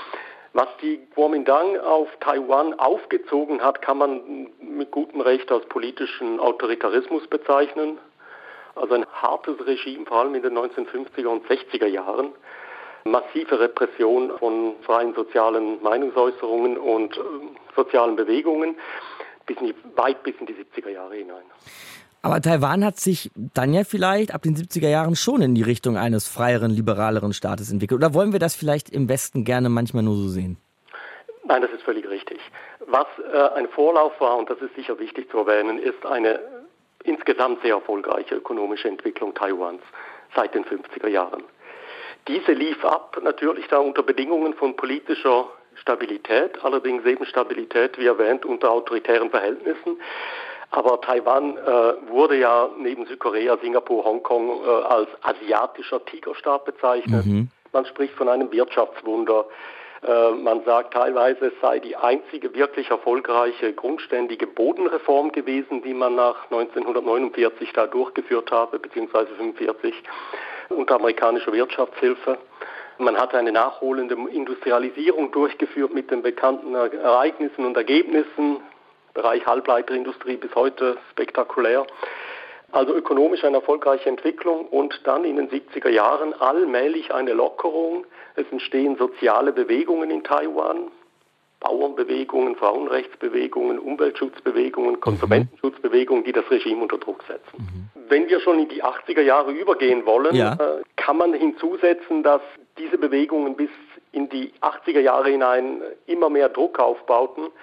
[SPEAKER 11] Was die Kuomintang auf Taiwan aufgezogen hat, kann man mit gutem Recht als politischen Autoritarismus bezeichnen. Also ein hartes Regime, vor allem in den neunzehnhundertfünfziger und sechziger Jahren. Massive Repression von freien sozialen Meinungsäußerungen und äh, sozialen Bewegungen bis in die, weit bis in die siebziger Jahre hinein.
[SPEAKER 2] Aber Taiwan hat sich dann ja vielleicht ab den siebziger Jahren schon in die Richtung eines freieren, liberaleren Staates entwickelt. Oder wollen wir das vielleicht im Westen gerne manchmal nur so sehen?
[SPEAKER 11] Nein, das ist völlig richtig. Was äh, ein Vorlauf war, und das ist sicher wichtig zu erwähnen, ist eine insgesamt sehr erfolgreiche ökonomische Entwicklung Taiwans seit den fünfziger Jahren. Diese lief ab, natürlich da unter Bedingungen von politischer Stabilität, allerdings eben Stabilität, wie erwähnt, unter autoritären Verhältnissen. Aber Taiwan äh, wurde ja neben Südkorea, Singapur, Hongkong äh, als asiatischer Tigerstaat bezeichnet. Mhm. Man spricht von einem Wirtschaftswunder. Äh, man sagt teilweise, es sei die einzige wirklich erfolgreiche, grundständige Bodenreform gewesen, die man nach neunzehnhundertneunundvierzig da durchgeführt habe, beziehungsweise fünfundvierzig. Unter amerikanischer Wirtschaftshilfe. Man hat eine nachholende Industrialisierung durchgeführt mit den bekannten Ereignissen und Ergebnissen. Bereich Halbleiterindustrie bis heute spektakulär. Also ökonomisch eine erfolgreiche Entwicklung und dann in den siebziger Jahren allmählich eine Lockerung. Es entstehen soziale Bewegungen in Taiwan. Bauernbewegungen, Frauenrechtsbewegungen, Umweltschutzbewegungen, Konsumentenschutzbewegungen, die das Regime unter Druck setzen. Mhm. Wenn wir schon in die achtziger Jahre übergehen wollen, ja. äh, kann man hinzusetzen, dass diese Bewegungen bis in die achtziger Jahre hinein immer mehr Druck aufbauten,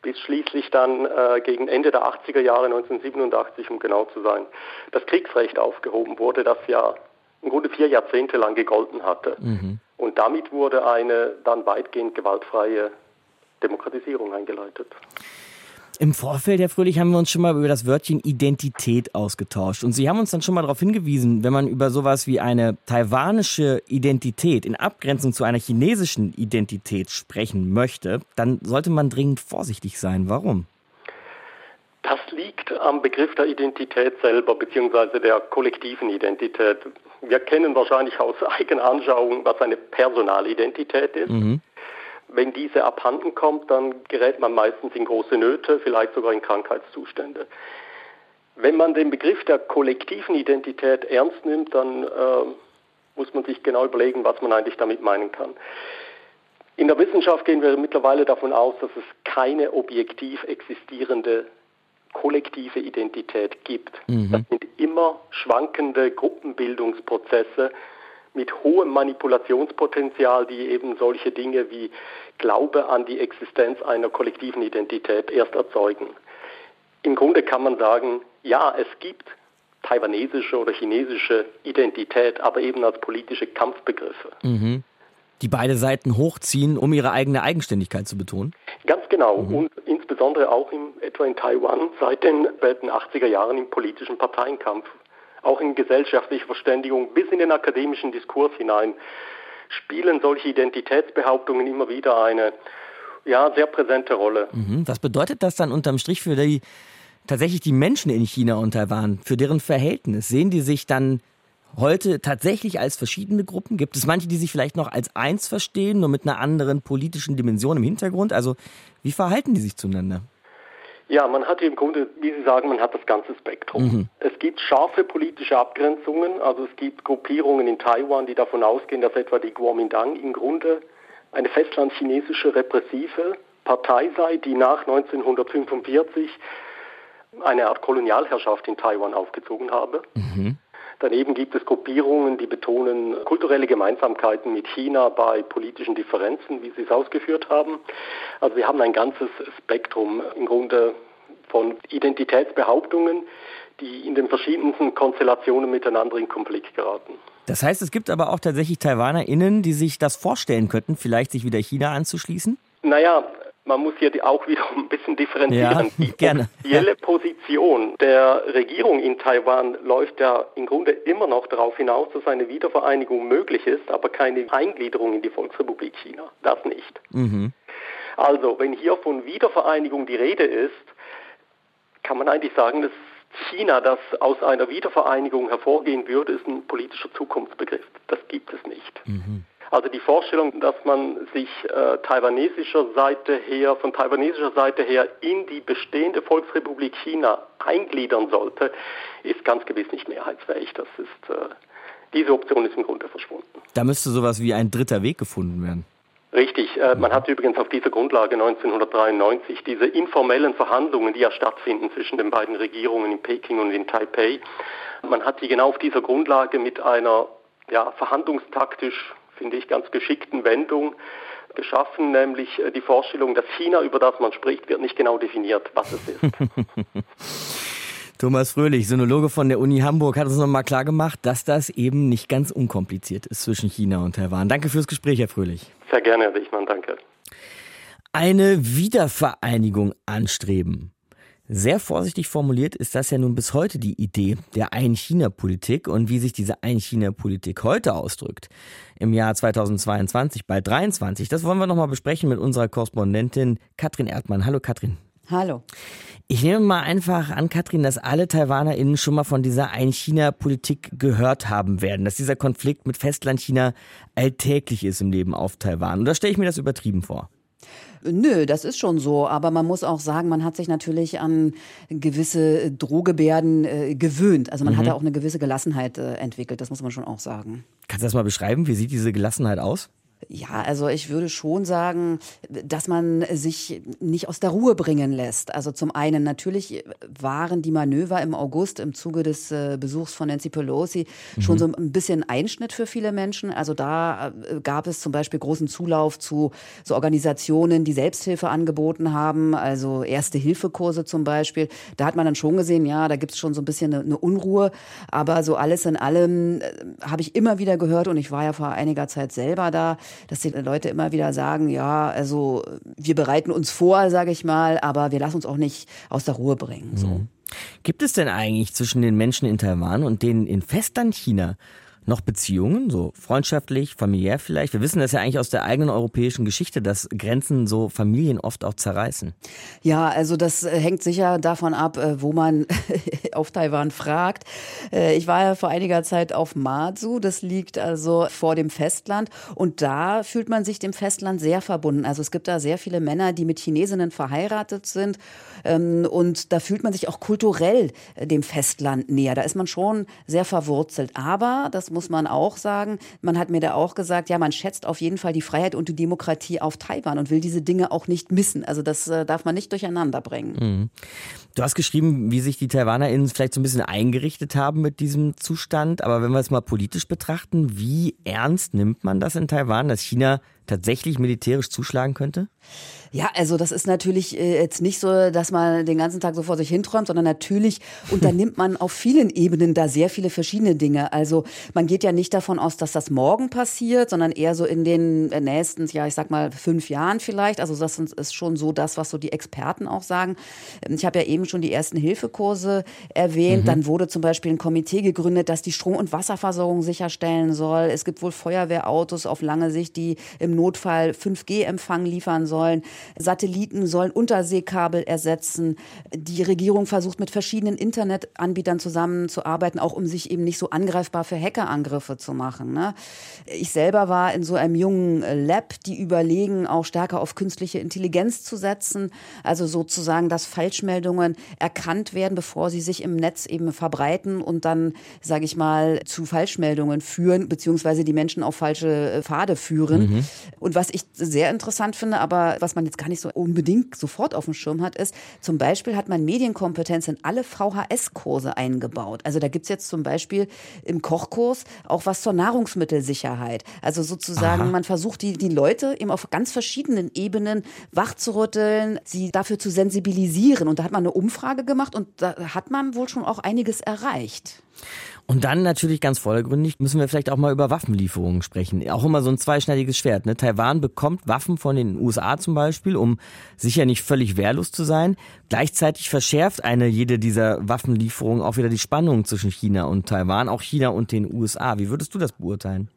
[SPEAKER 11] bis schließlich dann äh, gegen Ende der achtziger Jahre, neunzehnhundertsiebenundachtzig um genau zu sein, das Kriegsrecht aufgehoben wurde, das ja im Grunde vier Jahrzehnte lang gegolten hatte. Mhm. Und damit wurde eine dann weitgehend gewaltfreie Demokratisierung eingeleitet.
[SPEAKER 2] Im Vorfeld, Herr Fröhlich, haben wir uns schon mal über das Wörtchen Identität ausgetauscht. Und Sie haben uns dann schon mal darauf hingewiesen, wenn man über sowas wie eine taiwanische Identität in Abgrenzung zu einer chinesischen Identität sprechen möchte, dann sollte man dringend vorsichtig sein. Warum?
[SPEAKER 11] Das liegt am Begriff der Identität selber, beziehungsweise der kollektiven Identität. Wir kennen wahrscheinlich aus eigener Anschauung, was eine Personalidentität ist. Mhm. Wenn diese abhanden kommt, dann gerät man meistens in große Nöte, vielleicht sogar in Krankheitszustände. Wenn man den Begriff der kollektiven Identität ernst nimmt, dann äh, muss man sich genau überlegen, was man eigentlich damit meinen kann. In der Wissenschaft gehen wir mittlerweile davon aus, dass es keine objektiv existierende kollektive Identität gibt. Mhm. Das sind immer schwankende Gruppenbildungsprozesse mit hohem Manipulationspotenzial, die eben solche Dinge wie Glaube an die Existenz einer kollektiven Identität erst erzeugen. Im Grunde kann man sagen, ja, es gibt taiwanesische oder chinesische Identität, aber eben als politische Kampfbegriffe.
[SPEAKER 2] Mhm. Die beide Seiten hochziehen, um ihre eigene Eigenständigkeit zu betonen?
[SPEAKER 11] Ganz genau. Mhm. Und insbesondere auch im, etwa in Taiwan seit den späten achtziger Jahren im politischen Parteienkampf. Auch in gesellschaftlicher Verständigung bis in den akademischen Diskurs hinein spielen solche Identitätsbehauptungen immer wieder eine ja, sehr präsente Rolle.
[SPEAKER 2] Mhm. Was bedeutet das dann unterm Strich für die, tatsächlich die Menschen in China und Taiwan, für deren Verhältnis? Sehen die sich dann heute tatsächlich als verschiedene Gruppen? Gibt es manche, die sich vielleicht noch als eins verstehen, nur mit einer anderen politischen Dimension im Hintergrund? Also wie verhalten die sich zueinander?
[SPEAKER 11] Ja, man hat im Grunde, wie Sie sagen, man hat das ganze Spektrum. Mhm. Es gibt scharfe politische Abgrenzungen, also es gibt Gruppierungen in Taiwan, die davon ausgehen, dass etwa die Kuomintang im Grunde eine festlandchinesische repressive Partei sei, die nach neunzehnhundertfünfundvierzig eine Art Kolonialherrschaft in Taiwan aufgezogen habe. Mhm. Daneben gibt es Gruppierungen, die betonen kulturelle Gemeinsamkeiten mit China bei politischen Differenzen, wie Sie es ausgeführt haben. Also wir haben ein ganzes Spektrum im Grunde von Identitätsbehauptungen, die in den verschiedensten Konstellationen miteinander in Konflikt geraten.
[SPEAKER 2] Das heißt, es gibt aber auch tatsächlich TaiwanerInnen, die sich das vorstellen könnten, vielleicht sich wieder China anzuschließen?
[SPEAKER 11] Naja, man muss hier auch wieder ein bisschen differenzieren.
[SPEAKER 2] Ja, gerne.
[SPEAKER 11] Die offizielle Position der Regierung in Taiwan läuft ja im Grunde immer noch darauf hinaus, dass eine Wiedervereinigung möglich ist, aber keine Eingliederung in die Volksrepublik China. Das nicht. Mhm. Also, wenn hier von Wiedervereinigung die Rede ist, kann man eigentlich sagen, dass China, das aus einer Wiedervereinigung hervorgehen würde, ist ein politischer Zukunftsbegriff. Das gibt es nicht. Mhm. Also die Vorstellung, dass man sich äh, taiwanesischer Seite her, von taiwanesischer Seite her in die bestehende Volksrepublik China eingliedern sollte, ist ganz gewiss nicht mehrheitsfähig. Das ist, äh, diese Option ist im Grunde verschwunden.
[SPEAKER 2] Da müsste sowas wie ein dritter Weg gefunden werden.
[SPEAKER 11] Richtig. Äh, man hat übrigens auf dieser Grundlage neunzehnhundertdreiundneunzig diese informellen Verhandlungen, die ja stattfinden zwischen den beiden Regierungen in Peking und in Taipei. Man hat die genau auf dieser Grundlage mit einer ja, verhandlungstaktisch, finde ich, ganz geschickten Wendung geschaffen, nämlich die Vorstellung, dass China, über das man spricht, wird nicht genau definiert, was es ist.
[SPEAKER 2] Thomas Fröhlich, Sinologe von der Uni Hamburg, hat uns nochmal klar gemacht, dass das eben nicht ganz unkompliziert ist zwischen China und Taiwan. Danke fürs Gespräch, Herr Fröhlich.
[SPEAKER 11] Sehr gerne, Herr Wichmann, danke.
[SPEAKER 2] Eine Wiedervereinigung anstreben. Sehr vorsichtig formuliert ist das ja nun bis heute die Idee der Ein-China-Politik und wie sich diese Ein-China-Politik heute ausdrückt. Im Jahr zweitausendzweiundzwanzig, bald dreiundzwanzig. Das wollen wir nochmal besprechen mit unserer Korrespondentin Katrin Erdmann. Hallo Katrin.
[SPEAKER 12] Hallo.
[SPEAKER 2] Ich nehme mal einfach an, Katrin, dass alle TaiwanerInnen schon mal von dieser Ein-China-Politik gehört haben werden, dass dieser Konflikt mit Festlandchina alltäglich ist im Leben auf Taiwan. Oder stelle ich mir das übertrieben vor?
[SPEAKER 12] Nö, das ist schon so. Aber man muss auch sagen, man hat sich natürlich an gewisse Drohgebärden äh, gewöhnt. Also man mhm. hat da auch eine gewisse Gelassenheit äh, entwickelt. Das muss man schon auch sagen.
[SPEAKER 2] Kannst du das mal beschreiben? Wie sieht diese Gelassenheit aus?
[SPEAKER 12] Ja, also ich würde schon sagen, dass man sich nicht aus der Ruhe bringen lässt. Also zum einen, natürlich waren die Manöver im August im Zuge des äh, Besuchs von Nancy Pelosi mhm. schon so ein bisschen Einschnitt für viele Menschen. Also da äh, gab es zum Beispiel großen Zulauf zu so Organisationen, die Selbsthilfe angeboten haben, also Erste-Hilfe-Kurse zum Beispiel. Da hat man dann schon gesehen, ja, da gibt es schon so ein bisschen eine, eine Unruhe. Aber so alles in allem äh, habe ich immer wieder gehört, und ich war ja vor einiger Zeit selber da, dass die Leute immer wieder sagen, ja, also wir bereiten uns vor, sage ich mal, aber wir lassen uns auch nicht aus der Ruhe bringen. So.
[SPEAKER 2] Mhm. Gibt es denn eigentlich zwischen den Menschen in Taiwan und denen in Festland China noch Beziehungen, so freundschaftlich, familiär vielleicht? Wir wissen das ja eigentlich aus der eigenen europäischen Geschichte, dass Grenzen so Familien oft auch zerreißen.
[SPEAKER 12] Ja, also das hängt sicher davon ab, wo man auf Taiwan fragt. Ich war ja vor einiger Zeit auf Matsu, das liegt also vor dem Festland, und da fühlt man sich dem Festland sehr verbunden. Also es gibt da sehr viele Männer, die mit Chinesinnen verheiratet sind, und da fühlt man sich auch kulturell dem Festland näher. Da ist man schon sehr verwurzelt. Aber das muss man auch sagen, man hat mir da auch gesagt, ja, man schätzt auf jeden Fall die Freiheit und die Demokratie auf Taiwan und will diese Dinge auch nicht missen. Also das äh, darf man nicht durcheinander bringen.
[SPEAKER 2] Mhm. Du hast geschrieben, wie sich die TaiwanerInnen vielleicht so ein bisschen eingerichtet haben mit diesem Zustand. Aber wenn wir es mal politisch betrachten, wie ernst nimmt man das in Taiwan, dass China tatsächlich militärisch zuschlagen könnte?
[SPEAKER 12] Ja, also das ist natürlich äh, jetzt nicht so, dass man den ganzen Tag so vor sich hinträumt, sondern natürlich unternimmt man auf vielen Ebenen da sehr viele verschiedene Dinge. Also man geht ja nicht davon aus, dass das morgen passiert, sondern eher so in den nächsten, ja, ich sag mal fünf Jahren vielleicht. Also das ist schon so das, was so die Experten auch sagen. Ich habe ja eben schon die ersten Hilfekurse erwähnt. Mhm. Dann wurde zum Beispiel ein Komitee gegründet, das die Strom- und Wasserversorgung sicherstellen soll. Es gibt wohl Feuerwehrautos auf lange Sicht, die im Notfall fünf G Empfang liefern sollen. Satelliten sollen Unterseekabel ersetzen. Die Regierung versucht mit verschiedenen Internetanbietern zusammenzuarbeiten, auch um sich eben nicht so angreifbar für Hackerangriffe zu machen. Ne? Ich selber war in so einem jungen Lab, die überlegen, auch stärker auf künstliche Intelligenz zu setzen. Also sozusagen, dass Falschmeldungen erkannt werden, bevor sie sich im Netz eben verbreiten und dann, sage ich mal, zu Falschmeldungen führen, beziehungsweise die Menschen auf falsche Pfade führen. Mhm. Und was ich sehr interessant finde, aber was man jetzt gar nicht so unbedingt sofort auf dem Schirm hat, ist, zum Beispiel hat man Medienkompetenz in alle V H S-Kurse eingebaut. Also da gibt's jetzt zum Beispiel im Kochkurs auch was zur Nahrungsmittelsicherheit. Also sozusagen, Aha. man versucht die, die Leute eben auf ganz verschiedenen Ebenen wachzurütteln, sie dafür zu sensibilisieren. Und da hat man eine Umfrage gemacht und da hat man wohl schon auch einiges erreicht.
[SPEAKER 2] Und dann natürlich ganz vordergründig müssen wir vielleicht auch mal über Waffenlieferungen sprechen. Auch immer so ein zweischneidiges Schwert. Ne? Taiwan bekommt Waffen von den U S A zum Beispiel, um sicher nicht völlig wehrlos zu sein. Gleichzeitig verschärft eine jede dieser Waffenlieferungen auch wieder die Spannung zwischen China und Taiwan, auch China und den U S A. Wie würdest du das beurteilen?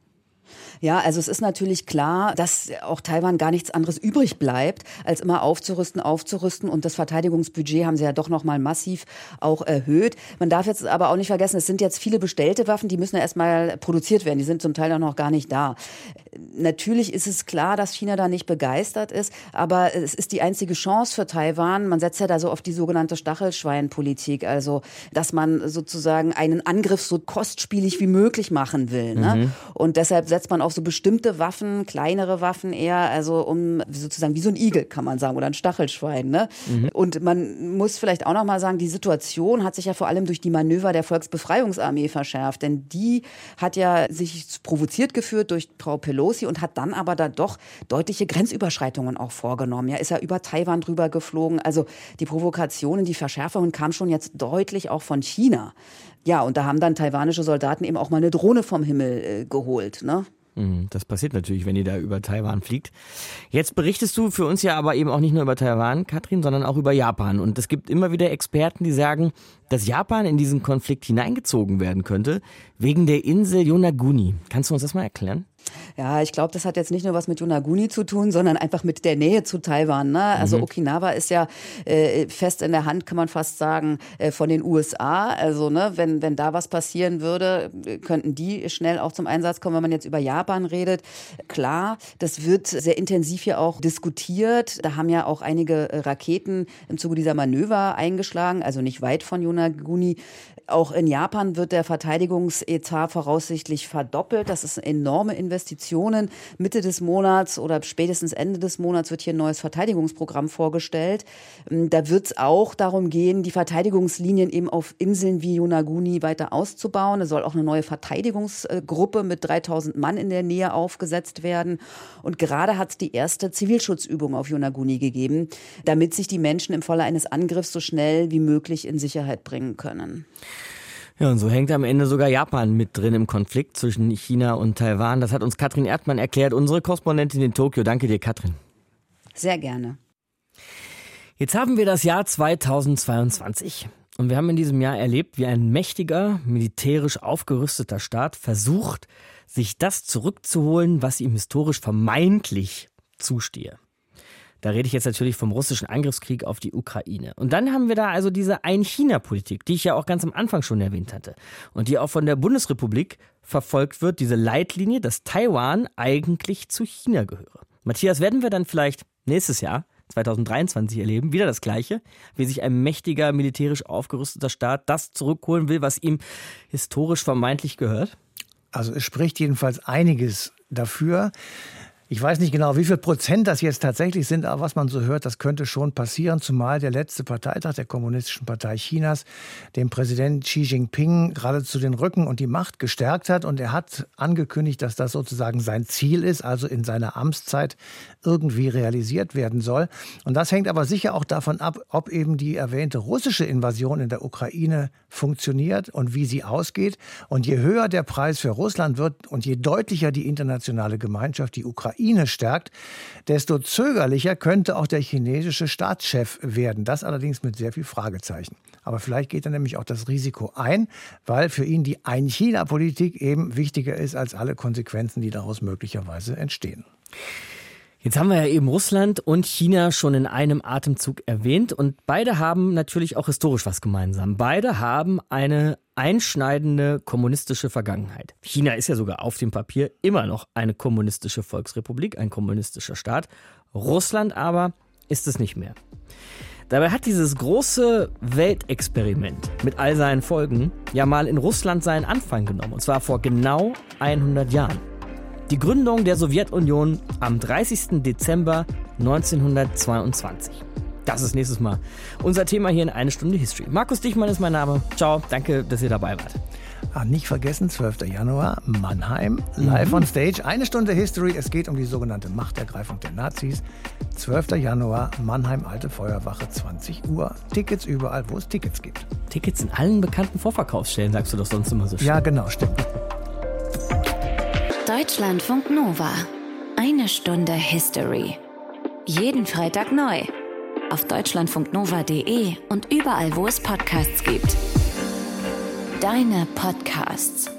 [SPEAKER 12] Ja, also es ist natürlich klar, dass auch Taiwan gar nichts anderes übrig bleibt, als immer aufzurüsten, aufzurüsten. Und das Verteidigungsbudget haben sie ja doch noch mal massiv auch erhöht. Man darf jetzt aber auch nicht vergessen, es sind jetzt viele bestellte Waffen, die müssen ja erstmal produziert werden. Die sind zum Teil auch noch gar nicht da. Natürlich ist es klar, dass China da nicht begeistert ist, aber es ist die einzige Chance für Taiwan. Man setzt ja da so auf die sogenannte Stachelschweinpolitik, also dass man sozusagen einen Angriff so kostspielig wie möglich machen will. Ne? Mhm. Und deshalb setzt man auf so bestimmte Waffen, kleinere Waffen eher, also um sozusagen wie so ein Igel, kann man sagen, oder ein Stachelschwein. Ne? Mhm. Und man muss vielleicht auch noch mal sagen, die Situation hat sich ja vor allem durch die Manöver der Volksbefreiungsarmee verschärft, denn die hat ja sich provoziert geführt durch Frau Pelosi und hat dann aber da doch deutliche Grenzüberschreitungen auch vorgenommen. Ja, ist ja über Taiwan drüber geflogen. Also die Provokationen, die Verschärfungen kamen schon jetzt deutlich auch von China. Ja, und da haben dann taiwanische Soldaten eben auch mal eine Drohne vom Himmel äh, geholt, ne?
[SPEAKER 2] Das passiert natürlich, wenn ihr da über Taiwan fliegt. Jetzt berichtest du für uns ja aber eben auch nicht nur über Taiwan, Katrin, sondern auch über Japan. Und es gibt immer wieder Experten, die sagen, dass Japan in diesen Konflikt hineingezogen werden könnte, wegen der Insel Yonaguni. Kannst du uns das mal erklären?
[SPEAKER 12] Ja, ich glaube, das hat jetzt nicht nur was mit Yonaguni zu tun, sondern einfach mit der Nähe zu Taiwan. Ne? Also mhm. Okinawa ist ja äh, fest in der Hand, kann man fast sagen, äh, von den U S A. Also ne, wenn, wenn da was passieren würde, könnten die schnell auch zum Einsatz kommen, wenn man jetzt über Japan redet. Klar, das wird sehr intensiv hier auch diskutiert. Da haben ja auch einige Raketen im Zuge dieser Manöver eingeschlagen, also nicht weit von Yonaguni. Auch in Japan wird der Verteidigungsetat voraussichtlich verdoppelt. Das ist eine enorme Investition. Investitionen. Mitte des Monats oder spätestens Ende des Monats wird hier ein neues Verteidigungsprogramm vorgestellt. Da wird es auch darum gehen, die Verteidigungslinien eben auf Inseln wie Yonaguni weiter auszubauen. Da soll auch eine neue Verteidigungsgruppe mit dreitausend Mann in der Nähe aufgesetzt werden. Und gerade hat es die erste Zivilschutzübung auf Yonaguni gegeben, damit sich die Menschen im Falle eines Angriffs so schnell wie möglich in Sicherheit bringen können.
[SPEAKER 2] Ja, und so hängt am Ende sogar Japan mit drin im Konflikt zwischen China und Taiwan. Das hat uns Katrin Erdmann erklärt, unsere Korrespondentin in Tokio. Danke dir, Katrin.
[SPEAKER 12] Sehr gerne.
[SPEAKER 2] Jetzt haben wir das Jahr zweitausendzweiundzwanzig. Und wir haben in diesem Jahr erlebt, wie ein mächtiger, militärisch aufgerüsteter Staat versucht, sich das zurückzuholen, was ihm historisch vermeintlich zustehe. Da rede ich jetzt natürlich vom russischen Angriffskrieg auf die Ukraine. Und dann haben wir da also diese Ein-China-Politik, die ich ja auch ganz am Anfang schon erwähnt hatte. Und die auch von der Bundesrepublik verfolgt wird, diese Leitlinie, dass Taiwan eigentlich zu China gehöre. Matthias, werden wir dann vielleicht nächstes Jahr, zweitausenddreiundzwanzig, erleben, wieder das Gleiche, wie sich ein mächtiger, militärisch aufgerüsteter Staat das zurückholen will, was ihm historisch vermeintlich gehört?
[SPEAKER 5] Also es spricht jedenfalls einiges dafür. Ich weiß nicht genau, wie viel Prozent das jetzt tatsächlich sind, aber was man so hört, das könnte schon passieren, zumal der letzte Parteitag der Kommunistischen Partei Chinas dem Präsident Xi Jinping geradezu den Rücken und die Macht gestärkt hat. Und er hat angekündigt, dass das sozusagen sein Ziel ist, also in seiner Amtszeit irgendwie realisiert werden soll. Und das hängt aber sicher auch davon ab, ob eben die erwähnte russische Invasion in der Ukraine funktioniert und wie sie ausgeht. Und je höher der Preis für Russland wird und je deutlicher die internationale Gemeinschaft die Ukraine stärkt, desto zögerlicher könnte auch der chinesische Staatschef werden. Das allerdings mit sehr viel Fragezeichen. Aber vielleicht geht er nämlich auch das Risiko ein, weil für ihn die Ein-China-Politik eben wichtiger ist als alle Konsequenzen, die daraus möglicherweise entstehen.
[SPEAKER 2] Jetzt haben wir ja eben Russland und China schon in einem Atemzug erwähnt und beide haben natürlich auch historisch was gemeinsam. Beide haben eine einschneidende kommunistische Vergangenheit. China ist ja sogar auf dem Papier immer noch eine kommunistische Volksrepublik, ein kommunistischer Staat. Russland aber ist es nicht mehr. Dabei hat dieses große Weltexperiment mit all seinen Folgen ja mal in Russland seinen Anfang genommen, und zwar vor genau hundert Jahren. Die Gründung der Sowjetunion am dreißigsten Dezember neunzehnhundertzweiundzwanzig. Das ist nächstes Mal unser Thema hier in Eine Stunde History. Markus Dichmann ist mein Name. Ciao, danke, dass ihr dabei wart.
[SPEAKER 5] Ah, nicht vergessen, zwölfter Januar, Mannheim, live mhm. on stage. Eine Stunde History, es geht um die sogenannte Machtergreifung der Nazis. zwölfter Januar, Mannheim, Alte Feuerwache, zwanzig Uhr. Tickets überall, wo es Tickets gibt.
[SPEAKER 2] Tickets in allen bekannten Vorverkaufsstellen, sagst du doch sonst immer so schön.
[SPEAKER 5] Ja, genau, stimmt.
[SPEAKER 1] Deutschlandfunk Nova. Eine Stunde History. Jeden Freitag neu. Auf deutschlandfunknova punkt de und überall, wo es Podcasts gibt. Deine Podcasts.